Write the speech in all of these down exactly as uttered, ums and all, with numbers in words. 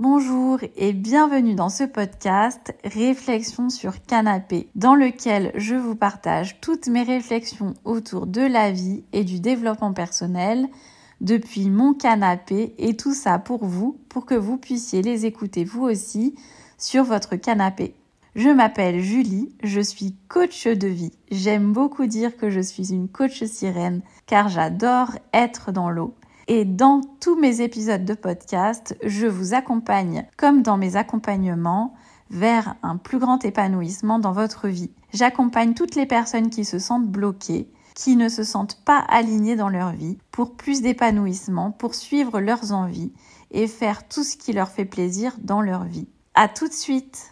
Bonjour et bienvenue dans ce podcast Réflexions sur canapé, dans lequel je vous partage toutes mes réflexions autour de la vie et du développement personnel depuis mon canapé et tout ça pour vous, pour que vous puissiez les écouter vous aussi sur votre canapé. Je m'appelle Julie, je suis coach de vie. J'aime beaucoup dire que je suis une coach sirène car j'adore être dans l'eau. Et dans tous mes épisodes de podcast, je vous accompagne, comme dans mes accompagnements, vers un plus grand épanouissement dans votre vie. J'accompagne toutes les personnes qui se sentent bloquées, qui ne se sentent pas alignées dans leur vie, pour plus d'épanouissement, pour suivre leurs envies et faire tout ce qui leur fait plaisir dans leur vie. À tout de suite!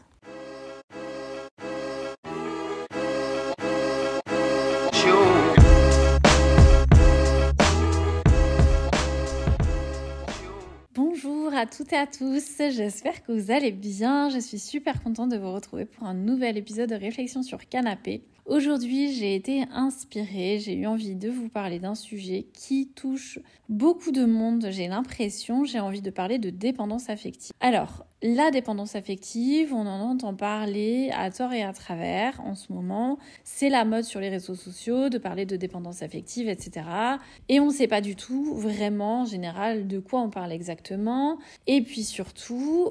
Bonjour à toutes et à tous, j'espère que vous allez bien. Je suis super contente de vous retrouver pour un nouvel épisode de Réflexions sur canapé. Aujourd'hui, j'ai été inspirée, j'ai eu envie de vous parler d'un sujet qui touche beaucoup de monde, j'ai l'impression, j'ai envie de parler de dépendance affective. Alors, la dépendance affective, on en entend parler à tort et à travers en ce moment. C'est la mode sur les réseaux sociaux de parler de dépendance affective, et cetera. Et on ne sait pas du tout vraiment en général de quoi on parle exactement. Et puis surtout,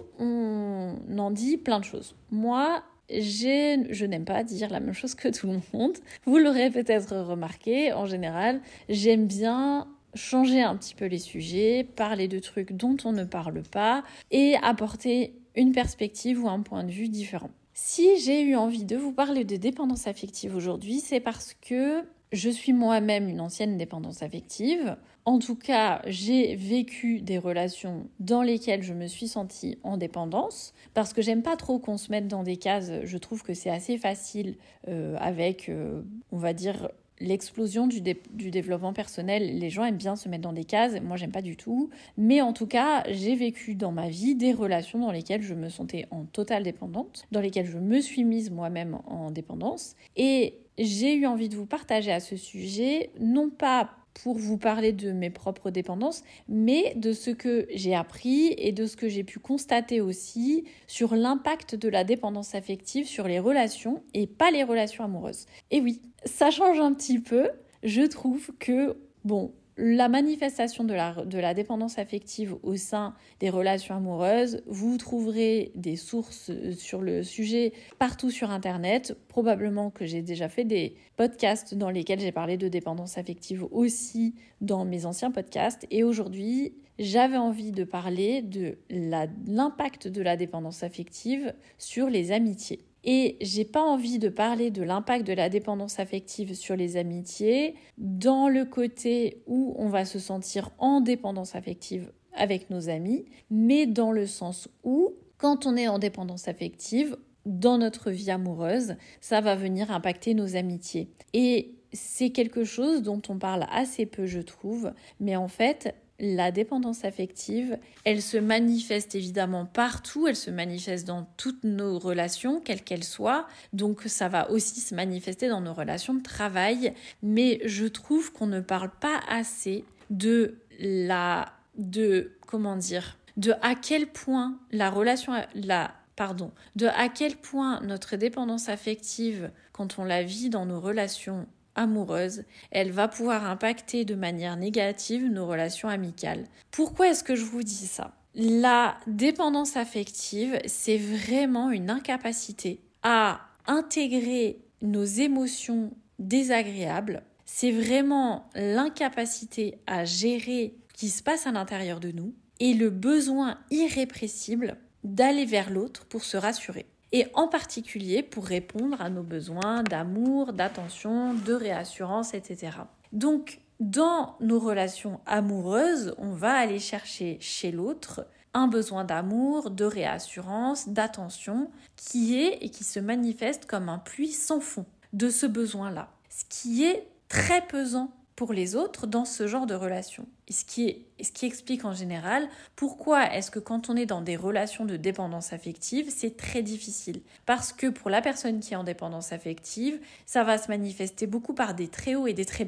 on en dit plein de choses. Moi, J'ai, je n'aime pas dire la même chose que tout le monde. Vous l'aurez peut-être remarqué, en général, j'aime bien changer un petit peu les sujets, parler de trucs dont on ne parle pas et apporter une perspective ou un point de vue différent. Si j'ai eu envie de vous parler de dépendance affective aujourd'hui, c'est parce que je suis moi-même une ancienne dépendance affective. En tout cas, j'ai vécu des relations dans lesquelles je me suis sentie en dépendance parce que j'aime pas trop qu'on se mette dans des cases. Je trouve que c'est assez facile euh, avec, euh, on va dire, l'explosion du, dé- du développement personnel. Les gens aiment bien se mettre dans des cases. Moi, j'aime pas du tout. Mais en tout cas, j'ai vécu dans ma vie des relations dans lesquelles je me sentais en totale dépendante, dans lesquelles je me suis mise moi-même en dépendance. Et j'ai eu envie de vous partager à ce sujet, non pas pour vous parler de mes propres dépendances, mais de ce que j'ai appris et de ce que j'ai pu constater aussi sur l'impact de la dépendance affective sur les relations et pas les relations amoureuses. Et oui, ça change un petit peu. Je trouve que, bon, la manifestation de la, de la dépendance affective au sein des relations amoureuses, vous trouverez des sources sur le sujet partout sur Internet. Probablement que j'ai déjà fait des podcasts dans lesquels j'ai parlé de dépendance affective aussi dans mes anciens podcasts. Et aujourd'hui, j'avais envie de parler de la, l'impact de la dépendance affective sur les amitiés. Et j'ai pas envie de parler de l'impact de la dépendance affective sur les amitiés dans le côté où on va se sentir en dépendance affective avec nos amis, mais dans le sens où, quand on est en dépendance affective, dans notre vie amoureuse, ça va venir impacter nos amitiés. Et c'est quelque chose dont on parle assez peu, je trouve, mais en fait, la dépendance affective, elle se manifeste évidemment partout, elle se manifeste dans toutes nos relations, quelles qu'elles soient. Donc ça va aussi se manifester dans nos relations de travail. Mais je trouve qu'on ne parle pas assez de la... de comment dire de à quel point la relation... la Pardon, de à quel point notre dépendance affective, quand on la vit dans nos relations amoureuse, elle va pouvoir impacter de manière négative nos relations amicales. Pourquoi est-ce que je vous dis ça ? La dépendance affective, c'est vraiment une incapacité à intégrer nos émotions désagréables. C'est vraiment l'incapacité à gérer ce qui se passe à l'intérieur de nous et le besoin irrépressible d'aller vers l'autre pour se rassurer. Et en particulier pour répondre à nos besoins d'amour, d'attention, de réassurance, et cetera. Donc, dans nos relations amoureuses, on va aller chercher chez l'autre un besoin d'amour, de réassurance, d'attention qui est et qui se manifeste comme un puits sans fond de ce besoin-là. Ce qui est très pesant pour les autres dans ce genre de relation. Et ce qui, est, ce qui explique en général pourquoi est-ce que quand on est dans des relations de dépendance affective, c'est très difficile. Parce que pour la personne qui est en dépendance affective, ça va se manifester beaucoup par des très hauts et des très bas.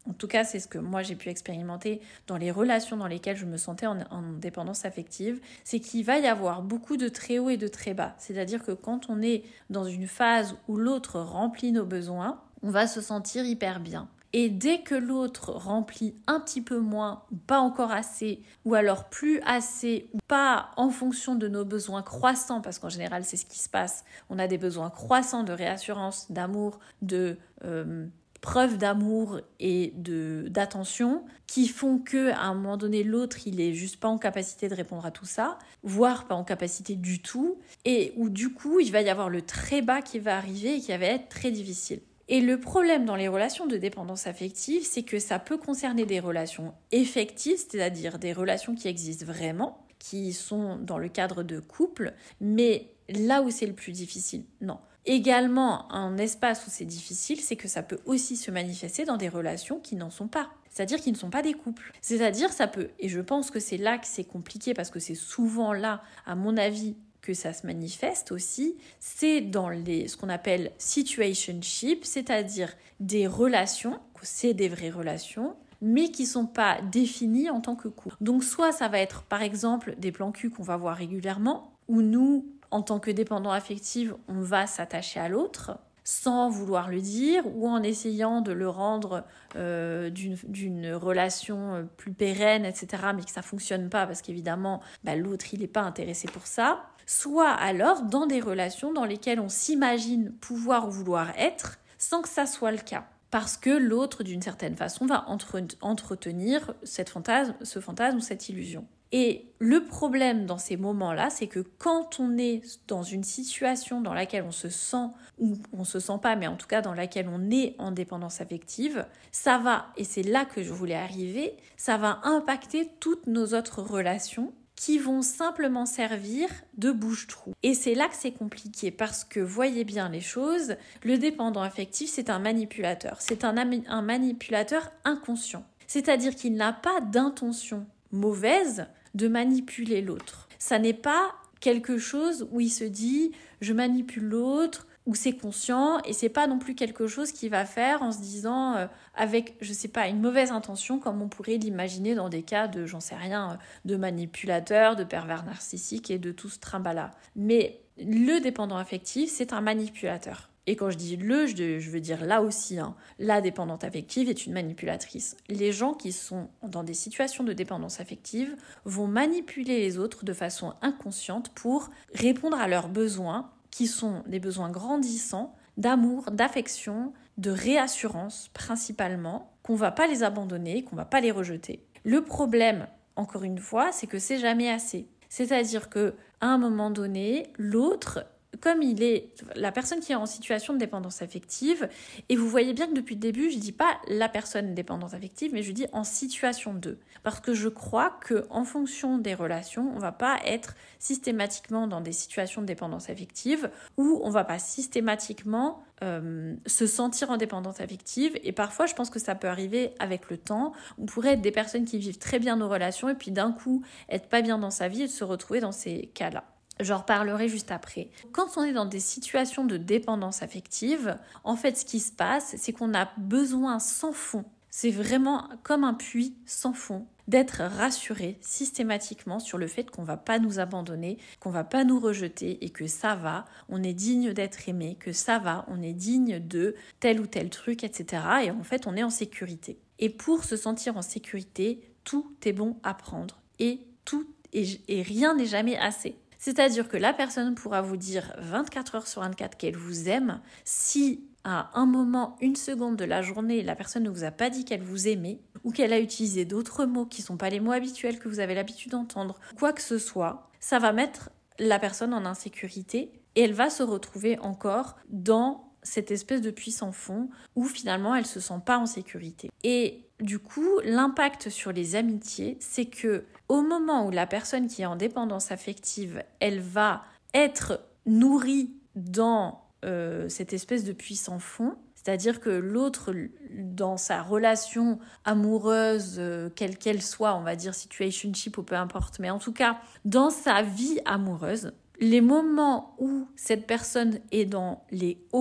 En tout cas, c'est ce que moi j'ai pu expérimenter dans les relations dans lesquelles je me sentais en, en dépendance affective, c'est qu'il va y avoir beaucoup de très haut et de très bas. C'est-à-dire que quand on est dans une phase où l'autre remplit nos besoins, on va se sentir hyper bien. Et dès que l'autre remplit un petit peu moins, ou pas encore assez, ou alors plus assez, ou pas en fonction de nos besoins croissants, parce qu'en général c'est ce qui se passe, on a des besoins croissants de réassurance, d'amour, de euh, preuve d'amour et de, d'attention, qui font qu'à un moment donné l'autre il est juste pas en capacité de répondre à tout ça, voire pas en capacité du tout, et où du coup il va y avoir le très bas qui va arriver et qui va être très difficile. Et le problème dans les relations de dépendance affective, c'est que ça peut concerner des relations effectives, c'est-à-dire des relations qui existent vraiment, qui sont dans le cadre de couple, mais là où c'est le plus difficile, non. Également, un espace où c'est difficile, c'est que ça peut aussi se manifester dans des relations qui n'en sont pas. C'est-à-dire qui ne sont pas des couples. C'est-à-dire ça peut, et je pense que c'est là que c'est compliqué, parce que c'est souvent là, à mon avis, que ça se manifeste aussi, c'est dans les, ce qu'on appelle situationship, c'est-à-dire des relations, c'est des vraies relations, mais qui ne sont pas définies en tant que couple. Donc soit ça va être par exemple des plans cul qu'on va voir régulièrement, où nous, en tant que dépendants affectifs, on va s'attacher à l'autre, sans vouloir le dire, ou en essayant de le rendre euh, d'une, d'une relation plus pérenne, et cetera, mais que ça ne fonctionne pas, parce qu'évidemment, bah, l'autre, il n'est pas intéressé pour ça. Soit alors dans des relations dans lesquelles on s'imagine pouvoir ou vouloir être, sans que ça soit le cas. Parce que l'autre, d'une certaine façon, va entre, entretenir cette fantasme, ce fantasme ou cette illusion. Et le problème dans ces moments-là, c'est que quand on est dans une situation dans laquelle on se sent, ou on se sent pas, mais en tout cas dans laquelle on est en dépendance affective, ça va, et c'est là que je voulais arriver, ça va impacter toutes nos autres relations qui vont simplement servir de bouche-trou. Et c'est là que c'est compliqué, parce que voyez bien les choses, le dépendant affectif, c'est un manipulateur. C'est un, ami- un manipulateur inconscient. C'est-à-dire qu'il n'a pas d'intention mauvaise de manipuler l'autre. Ça n'est pas quelque chose où il se dit « je manipule l'autre », où c'est conscient, et c'est pas non plus quelque chose qu'il va faire en se disant euh, avec, je sais pas, une mauvaise intention, comme on pourrait l'imaginer dans des cas de, j'en sais rien, de manipulateurs, de pervers narcissiques et de tout ce trimballah. Mais le dépendant affectif, c'est un manipulateur. Et quand je dis le, je veux dire là aussi, hein, la dépendante affective est une manipulatrice. Les gens qui sont dans des situations de dépendance affective vont manipuler les autres de façon inconsciente pour répondre à leurs besoins, qui sont des besoins grandissants d'amour, d'affection, de réassurance principalement, qu'on ne va pas les abandonner, qu'on ne va pas les rejeter. Le problème, encore une fois, c'est que c'est jamais assez. C'est-à-dire qu'à un moment donné, l'autre, comme il est la personne qui est en situation de dépendance affective, et vous voyez bien que depuis le début, je ne dis pas la personne dépendante affective, mais je dis en situation de. Parce que je crois qu'en fonction des relations, on ne va pas être systématiquement dans des situations de dépendance affective où on ne va pas systématiquement euh, se sentir en dépendance affective. Et parfois, je pense que ça peut arriver avec le temps. On pourrait être des personnes qui vivent très bien nos relations et puis d'un coup, être pas bien dans sa vie et se retrouver dans ces cas-là. J'en reparlerai juste après. Quand on est dans des situations de dépendance affective, en fait, ce qui se passe, c'est qu'on a besoin sans fond. C'est vraiment comme un puits sans fond d'être rassuré systématiquement sur le fait qu'on ne va pas nous abandonner, qu'on ne va pas nous rejeter et que ça va, on est digne d'être aimé, que ça va, on est digne de tel ou tel truc, et cetera. Et en fait, on est en sécurité. Et pour se sentir en sécurité, tout est bon à prendre et, tout, et, et rien n'est jamais assez. C'est-à-dire que la personne pourra vous dire vingt-quatre heures sur vingt-quatre qu'elle vous aime. Si à un moment, une seconde de la journée, la personne ne vous a pas dit qu'elle vous aimait ou qu'elle a utilisé d'autres mots qui ne sont pas les mots habituels que vous avez l'habitude d'entendre, quoi que ce soit, ça va mettre la personne en insécurité et elle va se retrouver encore dans cette espèce de puits sans fond où finalement elle ne se sent pas en sécurité. Et du coup, l'impact sur les amitiés, c'est que au moment où la personne qui est en dépendance affective, elle va être nourrie dans euh, cette espèce de puits sans fond, c'est-à-dire que l'autre, dans sa relation amoureuse, euh, quelle qu'elle soit, on va dire situationship ou peu importe, mais en tout cas, dans sa vie amoureuse, les moments où cette personne est dans les hauts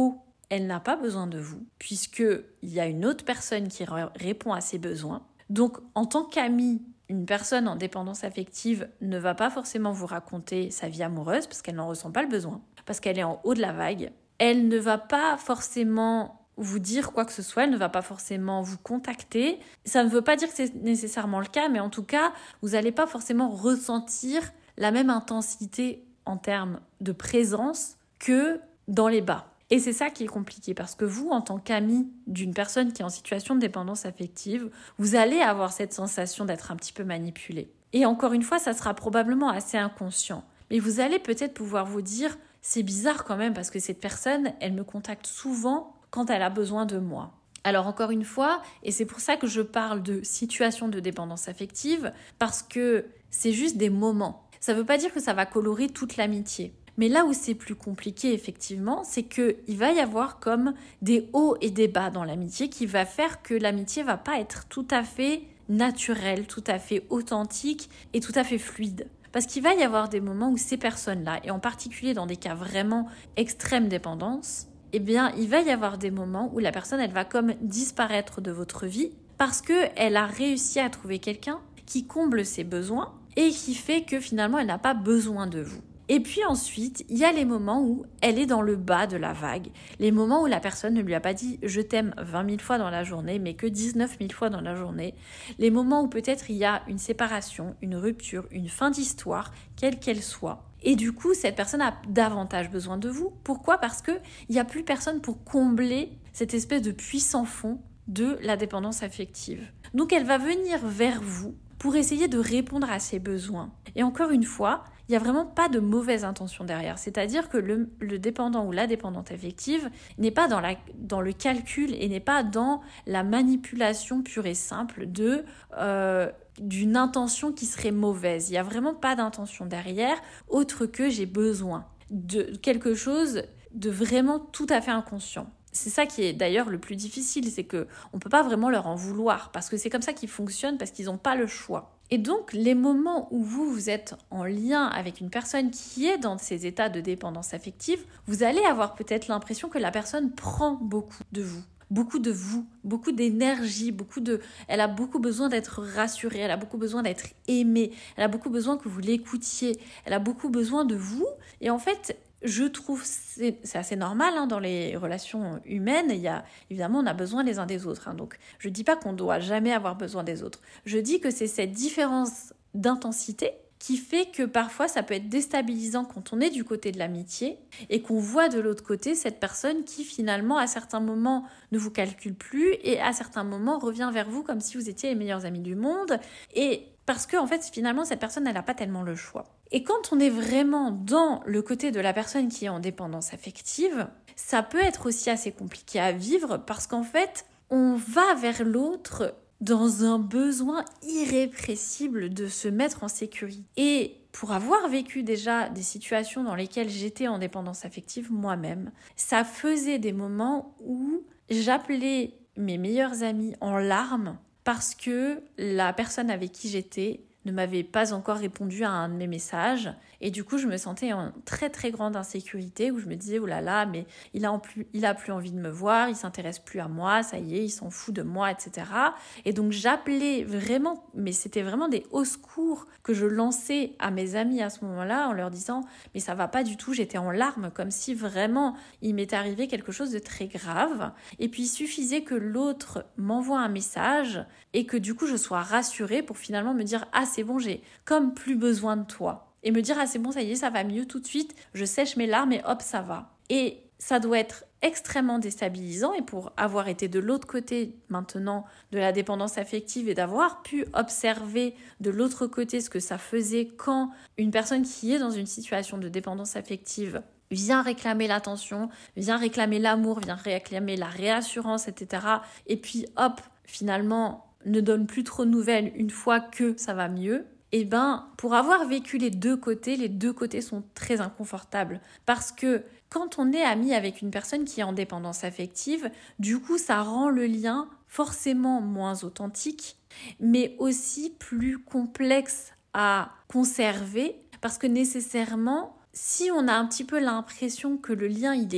elle n'a pas besoin de vous, puisqu'il y a une autre personne qui répond à ses besoins. Donc, en tant qu'amie, une personne en dépendance affective ne va pas forcément vous raconter sa vie amoureuse, parce qu'elle n'en ressent pas le besoin, parce qu'elle est en haut de la vague. Elle ne va pas forcément vous dire quoi que ce soit, elle ne va pas forcément vous contacter. Ça ne veut pas dire que c'est nécessairement le cas, mais en tout cas, vous n'allez pas forcément ressentir la même intensité en termes de présence que dans les bas. Et c'est ça qui est compliqué, parce que vous, en tant qu'ami d'une personne qui est en situation de dépendance affective, vous allez avoir cette sensation d'être un petit peu manipulé. Et encore une fois, ça sera probablement assez inconscient. Mais vous allez peut-être pouvoir vous dire, c'est bizarre quand même, parce que cette personne, elle me contacte souvent quand elle a besoin de moi. Alors encore une fois, et c'est pour ça que je parle de situation de dépendance affective, parce que c'est juste des moments. Ça ne veut pas dire que ça va colorer toute l'amitié. Mais là où c'est plus compliqué, effectivement, c'est qu'il va y avoir comme des hauts et des bas dans l'amitié qui va faire que l'amitié ne va pas être tout à fait naturelle, tout à fait authentique et tout à fait fluide. Parce qu'il va y avoir des moments où ces personnes-là, et en particulier dans des cas vraiment extrême dépendance, eh bien, il va y avoir des moments où la personne, elle va comme disparaître de votre vie parce qu'elle a réussi à trouver quelqu'un qui comble ses besoins et qui fait que finalement, elle n'a pas besoin de vous. Et puis ensuite, il y a les moments où elle est dans le bas de la vague, les moments où la personne ne lui a pas dit « je t'aime » vingt mille fois dans la journée, mais que dix-neuf mille fois dans la journée, les moments où peut-être il y a une séparation, une rupture, une fin d'histoire, quelle qu'elle soit. Et du coup, cette personne a davantage besoin de vous. Pourquoi ? Parce qu'il n'y a plus personne pour combler cette espèce de puissant fond de la dépendance affective. Donc elle va venir vers vous pour essayer de répondre à ses besoins. Et encore une fois, il n'y a vraiment pas de mauvaise intention derrière. C'est-à-dire que le, le dépendant ou la dépendante affective n'est pas dans, la, dans le calcul et n'est pas dans la manipulation pure et simple de, euh, d'une intention qui serait mauvaise. Il n'y a vraiment pas d'intention derrière, autre que j'ai besoin de quelque chose de vraiment tout à fait inconscient. C'est ça qui est d'ailleurs le plus difficile, c'est qu'on ne peut pas vraiment leur en vouloir, parce que c'est comme ça qu'ils fonctionnent, parce qu'ils n'ont pas le choix. Et donc, les moments où vous, vous êtes en lien avec une personne qui est dans ces états de dépendance affective, vous allez avoir peut-être l'impression que la personne prend beaucoup de vous. Beaucoup de vous, beaucoup d'énergie, beaucoup de... Elle a beaucoup besoin d'être rassurée, elle a beaucoup besoin d'être aimée, elle a beaucoup besoin que vous l'écoutiez, elle a beaucoup besoin de vous. Et en fait, je trouve c'est, c'est assez normal hein, dans les relations humaines. Il y a, évidemment, on a besoin les uns des autres. Hein, donc, je ne dis pas qu'on ne doit jamais avoir besoin des autres. Je dis que c'est cette différence d'intensité qui fait que parfois ça peut être déstabilisant quand on est du côté de l'amitié et qu'on voit de l'autre côté cette personne qui finalement à certains moments ne vous calcule plus et à certains moments revient vers vous comme si vous étiez les meilleurs amis du monde, et parce que en fait finalement cette personne elle n'a pas tellement le choix. Et quand on est vraiment dans le côté de la personne qui est en dépendance affective, ça peut être aussi assez compliqué à vivre parce qu'en fait on va vers l'autre dans un besoin irrépressible de se mettre en sécurité. Et pour avoir vécu déjà des situations dans lesquelles j'étais en dépendance affective moi-même, ça faisait des moments où j'appelais mes meilleurs amis en larmes parce que la personne avec qui j'étais ne m'avait pas encore répondu à un de mes messages. Et du coup, je me sentais en très très grande insécurité où je me disais, oh là là, mais il a, en plus, il a plus envie de me voir, il s'intéresse plus à moi, ça y est, il s'en fout de moi, et cetera. Et donc, j'appelais vraiment, mais c'était vraiment des hauts secours que je lançais à mes amis à ce moment-là en leur disant, mais ça va pas du tout, j'étais en larmes, comme si vraiment il m'était arrivé quelque chose de très grave. Et puis, il suffisait que l'autre m'envoie un message et que du coup, je sois rassurée pour finalement me dire, ah, c'est bon, j'ai comme plus besoin de toi. Et me dire, ah c'est bon, ça y est, ça va mieux tout de suite, je sèche mes larmes et hop, ça va. Et ça doit être extrêmement déstabilisant. Et pour avoir été de l'autre côté maintenant de la dépendance affective et d'avoir pu observer de l'autre côté ce que ça faisait quand une personne qui est dans une situation de dépendance affective vient réclamer l'attention, vient réclamer l'amour, vient réclamer la réassurance, et cetera. Et puis hop, finalement, ne donne plus trop de nouvelles une fois que ça va mieux. Eh ben, pour avoir vécu les deux côtés, les deux côtés sont très inconfortables. Parce que quand on est ami avec une personne qui est en dépendance affective, du coup, ça rend le lien forcément moins authentique, mais aussi plus complexe à conserver. Parce que nécessairement, si on a un petit peu l'impression que le lien, il est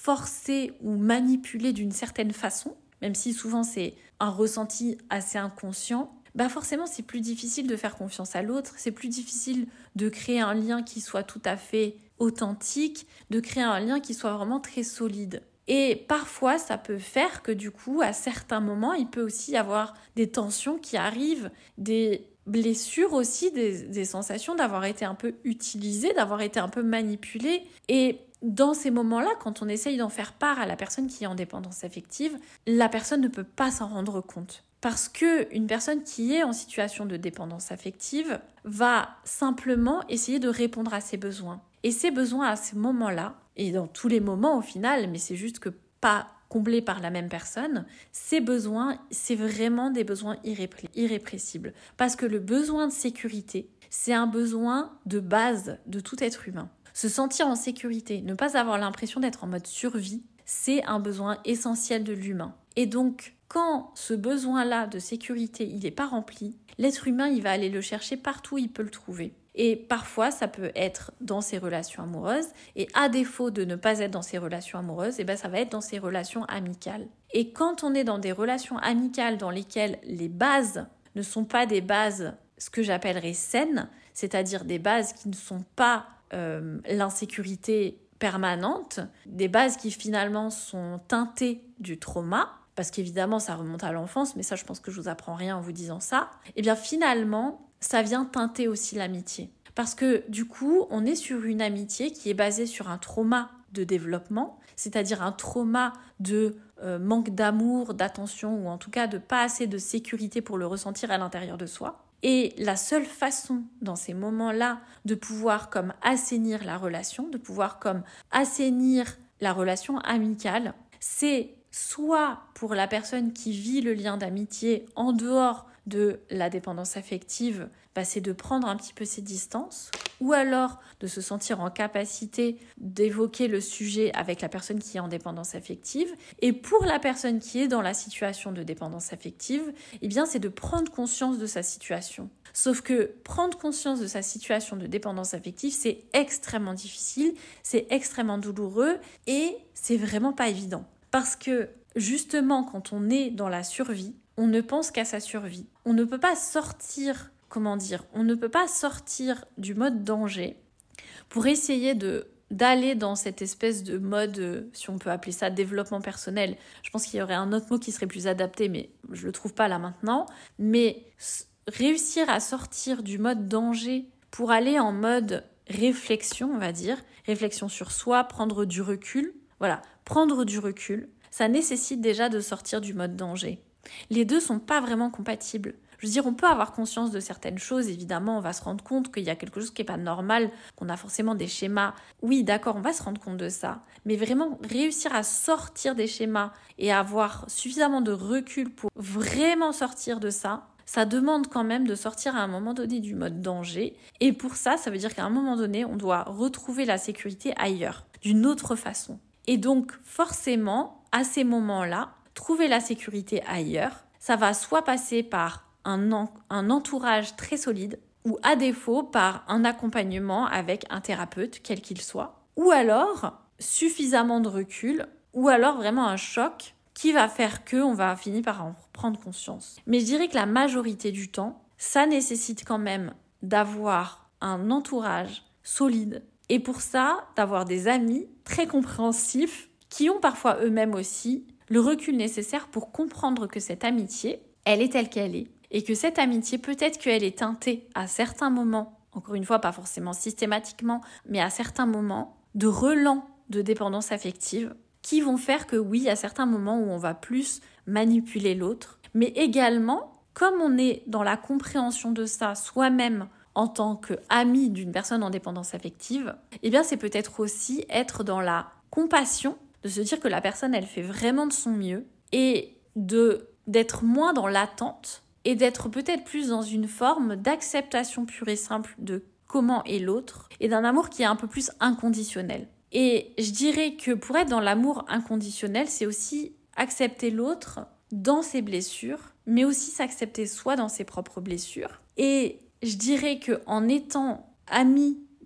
forcer ou manipuler d'une certaine façon, même si souvent c'est un ressenti assez inconscient, bah forcément c'est plus difficile de faire confiance à l'autre, c'est plus difficile de créer un lien qui soit tout à fait authentique, de créer un lien qui soit vraiment très solide. Et parfois, ça peut faire que du coup, à certains moments, il peut aussi y avoir des tensions qui arrivent, des blessures aussi, des, des sensations d'avoir été un peu utilisé, d'avoir été un peu manipulé. Et dans ces moments-là, quand on essaye d'en faire part à la personne qui est en dépendance affective, la personne ne peut pas s'en rendre compte. Parce qu'une personne qui est en situation de dépendance affective va simplement essayer de répondre à ses besoins. Et ces besoins à ce moment-là, et dans tous les moments au final, mais c'est juste que pas comblés par la même personne, ces besoins, c'est vraiment des besoins irrépr- irrépressibles. Parce que le besoin de sécurité, c'est un besoin de base de tout être humain. Se sentir en sécurité, ne pas avoir l'impression d'être en mode survie, c'est un besoin essentiel de l'humain. Et donc, quand ce besoin-là de sécurité, il n'est pas rempli, l'être humain, il va aller le chercher partout où il peut le trouver. Et parfois, ça peut être dans ses relations amoureuses. Et à défaut de ne pas être dans ses relations amoureuses, eh ben, ça va être dans ses relations amicales. Et quand on est dans des relations amicales dans lesquelles les bases ne sont pas des bases, ce que j'appellerais saines, c'est-à-dire des bases qui ne sont pas euh, l'insécurité permanente, des bases qui finalement sont teintées du trauma, parce qu'évidemment ça remonte à l'enfance, mais ça je pense que je vous apprends rien en vous disant ça, et bien finalement ça vient teinter aussi l'amitié. Parce que du coup, on est sur une amitié qui est basée sur un trauma de développement, c'est-à-dire un trauma de euh, manque d'amour, d'attention, ou en tout cas de pas assez de sécurité pour le ressentir à l'intérieur de soi. Et la seule façon dans ces moments-là de pouvoir comme assainir la relation, de pouvoir comme assainir la relation amicale, c'est soit pour la personne qui vit le lien d'amitié en dehors de la dépendance affective, bah c'est de prendre un petit peu ses distances, ou alors de se sentir en capacité d'évoquer le sujet avec la personne qui est en dépendance affective. Et pour la personne qui est dans la situation de dépendance affective, eh bien c'est de prendre conscience de sa situation. Sauf que prendre conscience de sa situation de dépendance affective, c'est extrêmement difficile, c'est extrêmement douloureux et c'est vraiment pas évident. Parce que justement, quand on est dans la survie, on ne pense qu'à sa survie. On ne peut pas sortir, comment dire, on ne peut pas sortir du mode danger pour essayer de, d'aller dans cette espèce de mode, si on peut appeler ça développement personnel. Je pense qu'il y aurait un autre mot qui serait plus adapté, mais je ne le trouve pas là maintenant. Mais réussir à sortir du mode danger pour aller en mode réflexion, on va dire, réflexion sur soi, prendre du recul. Voilà, prendre du recul, ça nécessite déjà de sortir du mode danger. Les deux sont pas vraiment compatibles. Je veux dire, on peut avoir conscience de certaines choses, évidemment, on va se rendre compte qu'il y a quelque chose qui n'est pas normal, qu'on a forcément des schémas. Oui, d'accord, on va se rendre compte de ça. Mais vraiment, réussir à sortir des schémas et avoir suffisamment de recul pour vraiment sortir de ça, ça demande quand même de sortir à un moment donné du mode danger. Et pour ça, ça veut dire qu'à un moment donné, on doit retrouver la sécurité ailleurs, d'une autre façon. Et donc, forcément, à ces moments-là, trouver la sécurité ailleurs, ça va soit passer par un, en, un entourage très solide, ou à défaut par un accompagnement avec un thérapeute, quel qu'il soit, ou alors suffisamment de recul, ou alors vraiment un choc qui va faire qu'on va finir par en prendre conscience. Mais je dirais que la majorité du temps, ça nécessite quand même d'avoir un entourage solide, et pour ça, d'avoir des amis très compréhensifs, qui ont parfois eux-mêmes aussi le recul nécessaire pour comprendre que cette amitié, elle est telle qu'elle est. Et que cette amitié, peut-être qu'elle est teintée à certains moments, encore une fois, pas forcément systématiquement, mais à certains moments, de relents de dépendance affective qui vont faire que oui, il y a certains moments où on va plus manipuler l'autre. Mais également, comme on est dans la compréhension de ça soi-même en tant qu'ami d'une personne en dépendance affective, eh bien c'est peut-être aussi être dans la compassion, de se dire que la personne, elle fait vraiment de son mieux et de, d'être moins dans l'attente et d'être peut-être plus dans une forme d'acceptation pure et simple de comment est l'autre et d'un amour qui est un peu plus inconditionnel. Et je dirais que pour être dans l'amour inconditionnel, c'est aussi accepter l'autre dans ses blessures, mais aussi s'accepter soi dans ses propres blessures. Et je dirais qu'en étant ami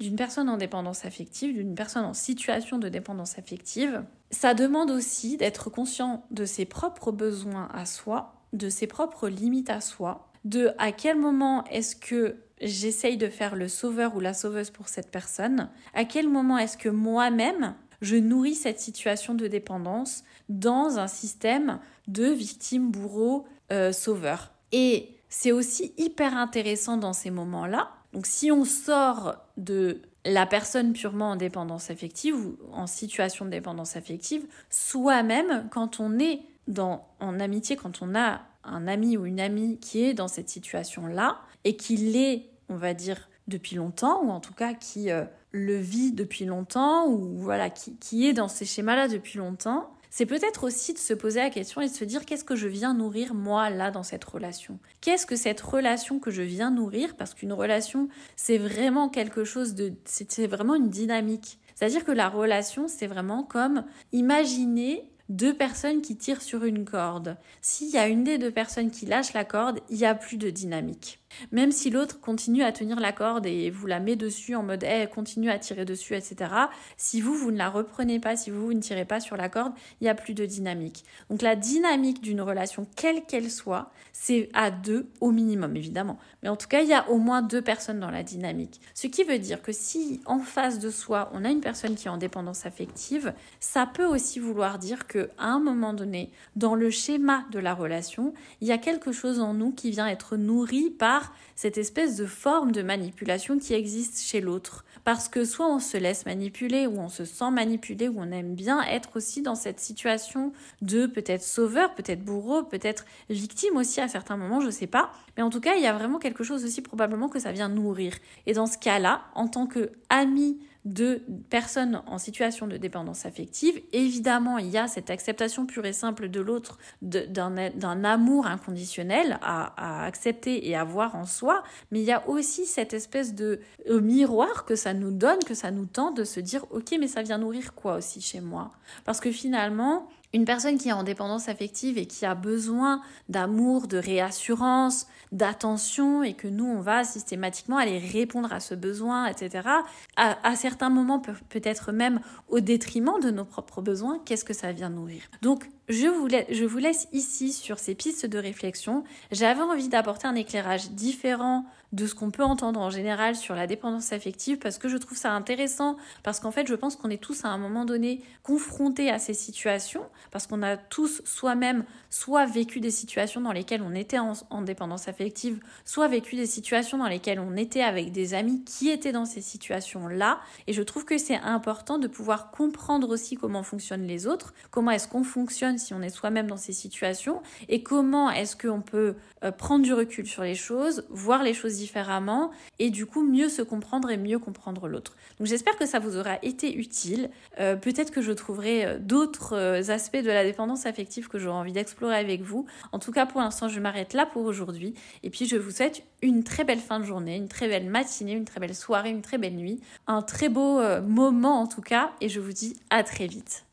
d'une personne en dépendance affective, d'une personne en situation de dépendance affective, ça demande aussi d'être conscient de ses propres besoins à soi, de ses propres limites à soi, de à quel moment est-ce que j'essaye de faire le sauveur ou la sauveuse pour cette personne, à quel moment est-ce que moi-même, je nourris cette situation de dépendance dans un système de victime, bourreau, euh, sauveur. Et c'est aussi hyper intéressant dans ces moments-là. Donc si on sort de la personne purement en dépendance affective ou en situation de dépendance affective, soi-même, quand on est dans, en amitié, quand on a un ami ou une amie qui est dans cette situation-là et qui l'est, on va dire, depuis longtemps, ou en tout cas qui euh, le vit depuis longtemps, ou voilà, qui, qui est dans ces schémas-là depuis longtemps, c'est peut-être aussi de se poser la question et de se dire qu'est-ce que je viens nourrir moi là dans cette relation ? Qu'est-ce que cette relation que je viens nourrir ? Parce qu'une relation, c'est vraiment quelque chose de... c'est, c'est vraiment une dynamique. C'est-à-dire que la relation, c'est vraiment comme imaginer deux personnes qui tirent sur une corde. S'il y a une des deux personnes qui lâche la corde, il n'y a plus de dynamique. Même si l'autre continue à tenir la corde et vous la met dessus en mode hey, « continue à tirer dessus », et cetera. Si vous, vous ne la reprenez pas, si vous, vous ne tirez pas sur la corde, il n'y a plus de dynamique. Donc la dynamique d'une relation, quelle qu'elle soit, c'est à deux au minimum, évidemment. Mais en tout cas, il y a au moins deux personnes dans la dynamique. Ce qui veut dire que si en face de soi, on a une personne qui est en dépendance affective, ça peut aussi vouloir dire qu'à un moment donné, dans le schéma de la relation, il y a quelque chose en nous qui vient être nourri par cette espèce de forme de manipulation qui existe chez l'autre. Parce que soit on se laisse manipuler, ou on se sent manipulé, ou on aime bien être aussi dans cette situation de peut-être sauveur, peut-être bourreau, peut-être victime aussi à certains moments, je sais pas. Mais en tout cas, il y a vraiment quelque chose aussi probablement que ça vient nourrir. Et dans ce cas-là, en tant qu'ami de personnes en situation de dépendance affective, évidemment, il y a cette acceptation pure et simple de l'autre, de, d'un, d'un amour inconditionnel à, à accepter et à voir en soi, mais il y a aussi cette espèce de euh, miroir que ça nous donne, que ça nous tente de se dire « Ok, mais ça vient nourrir quoi aussi chez moi ?» Parce que finalement, une personne qui est en dépendance affective et qui a besoin d'amour, de réassurance, d'attention, et que nous, on va systématiquement aller répondre à ce besoin, et cetera, à, à certains moments, peut, peut-être même au détriment de nos propres besoins, qu'est-ce que ça vient nourrir ? Donc, je vous, laisse, je vous laisse ici sur ces pistes de réflexion. J'avais envie d'apporter un éclairage différent de ce qu'on peut entendre en général sur la dépendance affective parce que je trouve ça intéressant, parce qu'en fait, je pense qu'on est tous à un moment donné confrontés à ces situations, parce qu'on a tous soi-même soit vécu des situations dans lesquelles on était en, en dépendance affective, soit vécu des situations dans lesquelles on était avec des amis qui étaient dans ces situations-là. Et je trouve que c'est important de pouvoir comprendre aussi comment fonctionnent les autres, comment est-ce qu'on fonctionne si on est soi-même dans ces situations, et comment est-ce qu'on peut euh, prendre du recul sur les choses, voir les choses différemment, et du coup mieux se comprendre et mieux comprendre l'autre. Donc j'espère que ça vous aura été utile. Euh, peut-être que je trouverai d'autres euh, aspects de la dépendance affective que j'aurai envie d'explorer avec vous. En tout cas, pour l'instant, je m'arrête là pour aujourd'hui. Et puis, je vous souhaite une très belle fin de journée, une très belle matinée, une très belle soirée, une très belle nuit, un très beau euh, moment en tout cas. Et je vous dis à très vite.